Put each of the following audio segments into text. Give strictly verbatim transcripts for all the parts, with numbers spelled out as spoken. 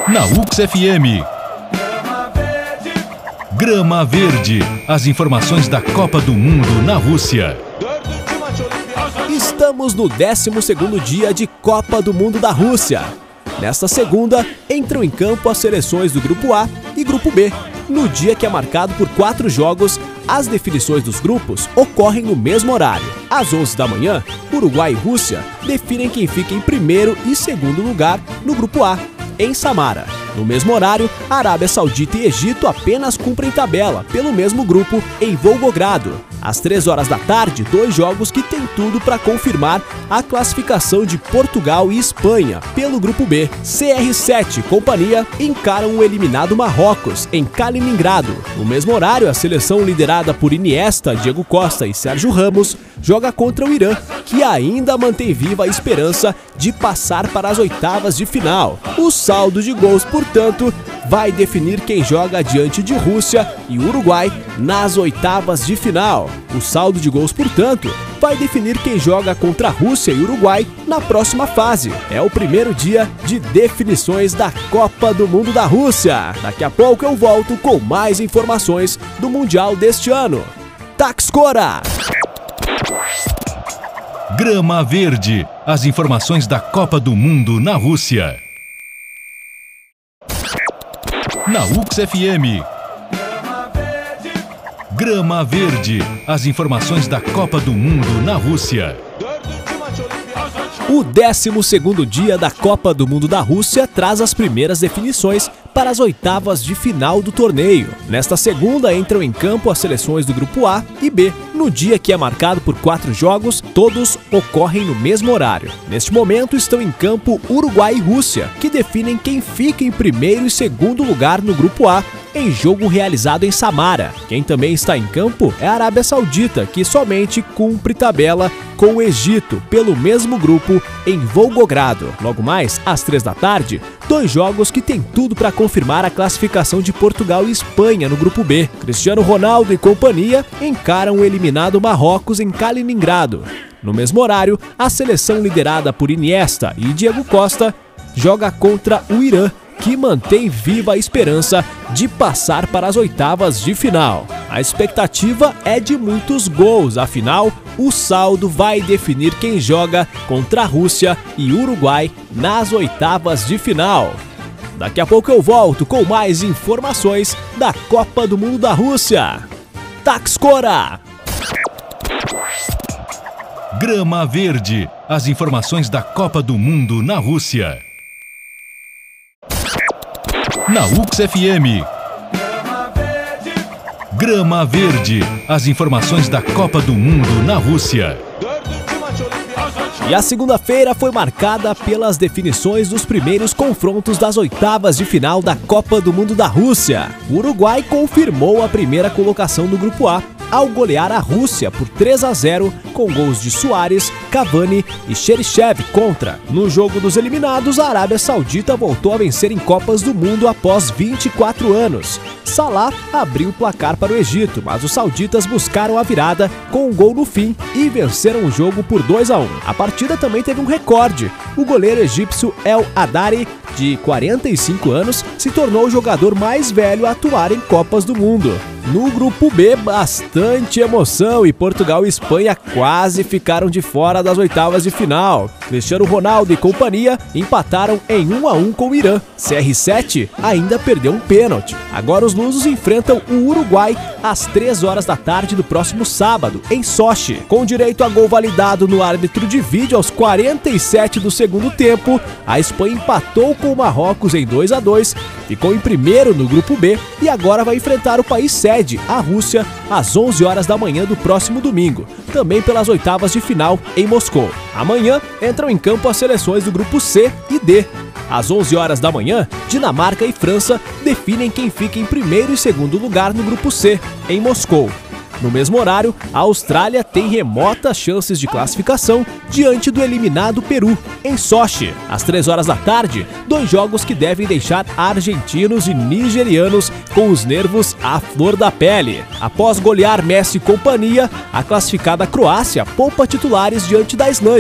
Na U X F M. Grama Verde. As informações da Copa do Mundo na Rússia. Estamos no décimo segundo dia de Copa do Mundo da Rússia. Nesta segunda, entram em campo as seleções do Grupo A e Grupo B. No dia que é marcado por quatro jogos, as definições dos grupos ocorrem no mesmo horário. Às onze da manhã, Uruguai e Rússia definem quem fica em primeiro e segundo lugar no Grupo A, em Samara. No mesmo horário, Arábia Saudita e Egito apenas cumprem tabela pelo mesmo grupo em Volgogrado. Às três horas da tarde, dois jogos que têm tudo para confirmar a classificação de Portugal e Espanha pelo Grupo B. C R sete e companhia encaram o eliminado Marrocos em Kaliningrado. No mesmo horário, a seleção liderada por Iniesta, Diego Costa e Sérgio Ramos joga contra o Irã, que ainda mantém viva a esperança de passar para as oitavas de final. O saldo de gols, portanto, vai definir quem joga diante de Rússia e Uruguai nas oitavas de final. O saldo de gols, portanto, vai definir quem joga contra Rússia e Uruguai na próxima fase. É o primeiro dia de definições da Copa do Mundo da Rússia. Daqui a pouco eu volto com mais informações do Mundial deste ano. Taxcora! Grama Verde. As informações da Copa do Mundo na Rússia. Na U X F M. Grama Verde. As informações da Copa do Mundo na Rússia. O décimo segundo dia da Copa do Mundo da Rússia traz as primeiras definições para as oitavas de final do torneio. Nesta segunda entram em campo as seleções do Grupo A e B. No dia que é marcado por quatro jogos, todos ocorrem no mesmo horário. Neste momento estão em campo Uruguai e Rússia, que definem quem fica em primeiro e segundo lugar no Grupo A, em jogo realizado em Samara. Quem também está em campo é a Arábia Saudita, que somente cumpre tabela com o Egito pelo mesmo grupo em Volgogrado. Logo mais, às três da tarde, dois jogos que têm tudo para confirmar a classificação de Portugal e Espanha no Grupo B. Cristiano Ronaldo e companhia encaram o eliminado Marrocos em Kaliningrado. No mesmo horário, a seleção liderada por Iniesta e Diego Costa joga contra o Irã, que mantém viva a esperança de passar para as oitavas de final. A expectativa é de muitos gols, afinal, o saldo vai definir quem joga contra a Rússia e Uruguai nas oitavas de final. Daqui a pouco eu volto com mais informações da Copa do Mundo da Rússia. Taxcora! Grama Verde. As informações da Copa do Mundo na Rússia. Na U X F M. Grama Verde. As informações da Copa do Mundo na Rússia. E a segunda-feira foi marcada pelas definições dos primeiros confrontos das oitavas de final da Copa do Mundo da Rússia. O Uruguai confirmou a primeira colocação do Grupo A ao golear a Rússia por três a zero com gols de Soares, Cavani e Cheryshev contra. No jogo dos eliminados, a Arábia Saudita voltou a vencer em Copas do Mundo após vinte e quatro anos. Salah abriu o placar para o Egito, mas os sauditas buscaram a virada com um gol no fim e venceram o jogo por dois a um. A partida também teve um recorde. O goleiro egípcio El Hadari, de quarenta e cinco anos, se tornou o jogador mais velho a atuar em Copas do Mundo. No Grupo B, bastante emoção e Portugal e Espanha quase ficaram de fora das oitavas de final. Cristiano Ronaldo e companhia empataram em um a um com o Irã. C R sete ainda perdeu um pênalti. Agora os lusos enfrentam o Uruguai às três horas da tarde do próximo sábado, em Sochi. Com direito a gol validado no árbitro de vídeo aos quarenta e sete do segundo tempo, a Espanha empatou com o Marrocos em dois a dois, ficou em primeiro no Grupo B e agora vai enfrentar o país sede, a Rússia, às onze horas da manhã do próximo domingo, também pelas oitavas de final em Moscou. Amanhã entram em campo as seleções do Grupo C e D. Às onze horas da manhã, Dinamarca e França definem quem fica em primeiro e segundo lugar no Grupo C, em Moscou. No mesmo horário, a Austrália tem remotas chances de classificação diante do eliminado Peru, em Sochi. Às três horas da tarde, dois jogos que devem deixar argentinos e nigerianos com os nervos à flor da pele. Após golear Messi e companhia, a classificada Croácia poupa titulares diante da Islândia.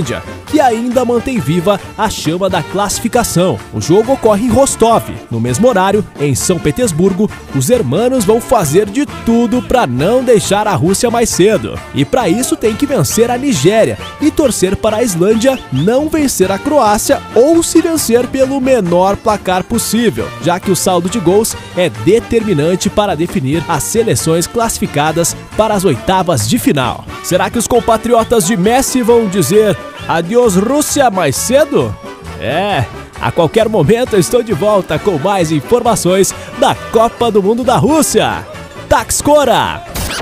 que ainda mantém viva a chama da classificação. O jogo ocorre em Rostov. No mesmo horário, em São Petersburgo, os hermanos vão fazer de tudo para não deixar a Rússia mais cedo. E para isso tem que vencer a Nigéria e torcer para a Islândia não vencer a Croácia ou se vencer pelo menor placar possível, já que o saldo de gols é determinante para definir as seleções classificadas para as oitavas de final. Será que os compatriotas de Messi vão dizer adeus Rússia mais cedo? É, a qualquer momento eu estou de volta com mais informações da Copa do Mundo da Rússia. Taxcora!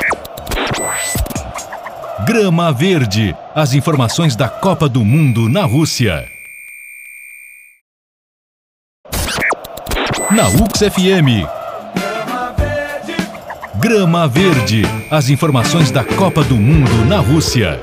Grama Verde, as informações da Copa do Mundo na Rússia. Na U X F M. Grama Verde, as informações da Copa do Mundo na Rússia.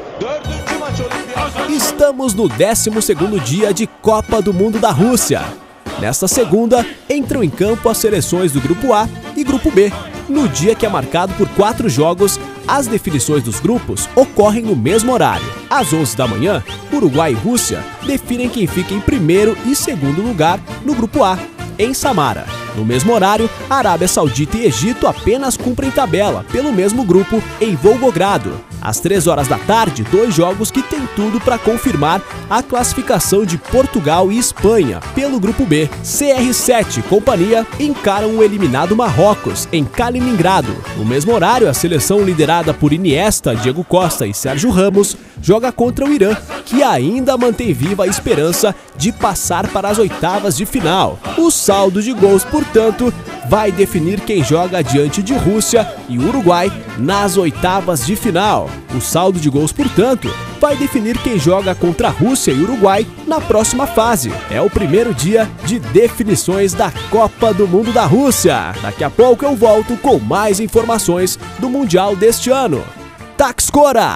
Estamos no décimo segundo dia de Copa do Mundo da Rússia. Nesta segunda, entram em campo as seleções do Grupo A e Grupo B. No dia que é marcado por quatro jogos, as definições dos grupos ocorrem no mesmo horário. Às onze da manhã, Uruguai e Rússia definem quem fica em primeiro e segundo lugar no Grupo A, em Samara. No mesmo horário, Arábia Saudita e Egito apenas cumprem tabela pelo mesmo grupo em Volgogrado. Às três horas da tarde, dois jogos que têm tudo para confirmar a classificação de Portugal e Espanha pelo Grupo B. C R sete e companhia encaram o eliminado Marrocos em Kaliningrado. No mesmo horário, a seleção liderada por Iniesta, Diego Costa e Sérgio Ramos joga contra o Irã, que ainda mantém viva a esperança de passar para as oitavas de final. O saldo de gols, portanto, vai definir quem joga diante de Rússia e Uruguai nas oitavas de final. O saldo de gols, portanto, vai definir quem joga contra a Rússia e Uruguai na próxima fase. É o primeiro dia de definições da Copa do Mundo da Rússia. Daqui a pouco eu volto com mais informações do Mundial deste ano. Taxcora!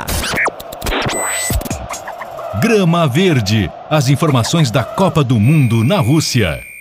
Grama Verde, as informações da Copa do Mundo na Rússia.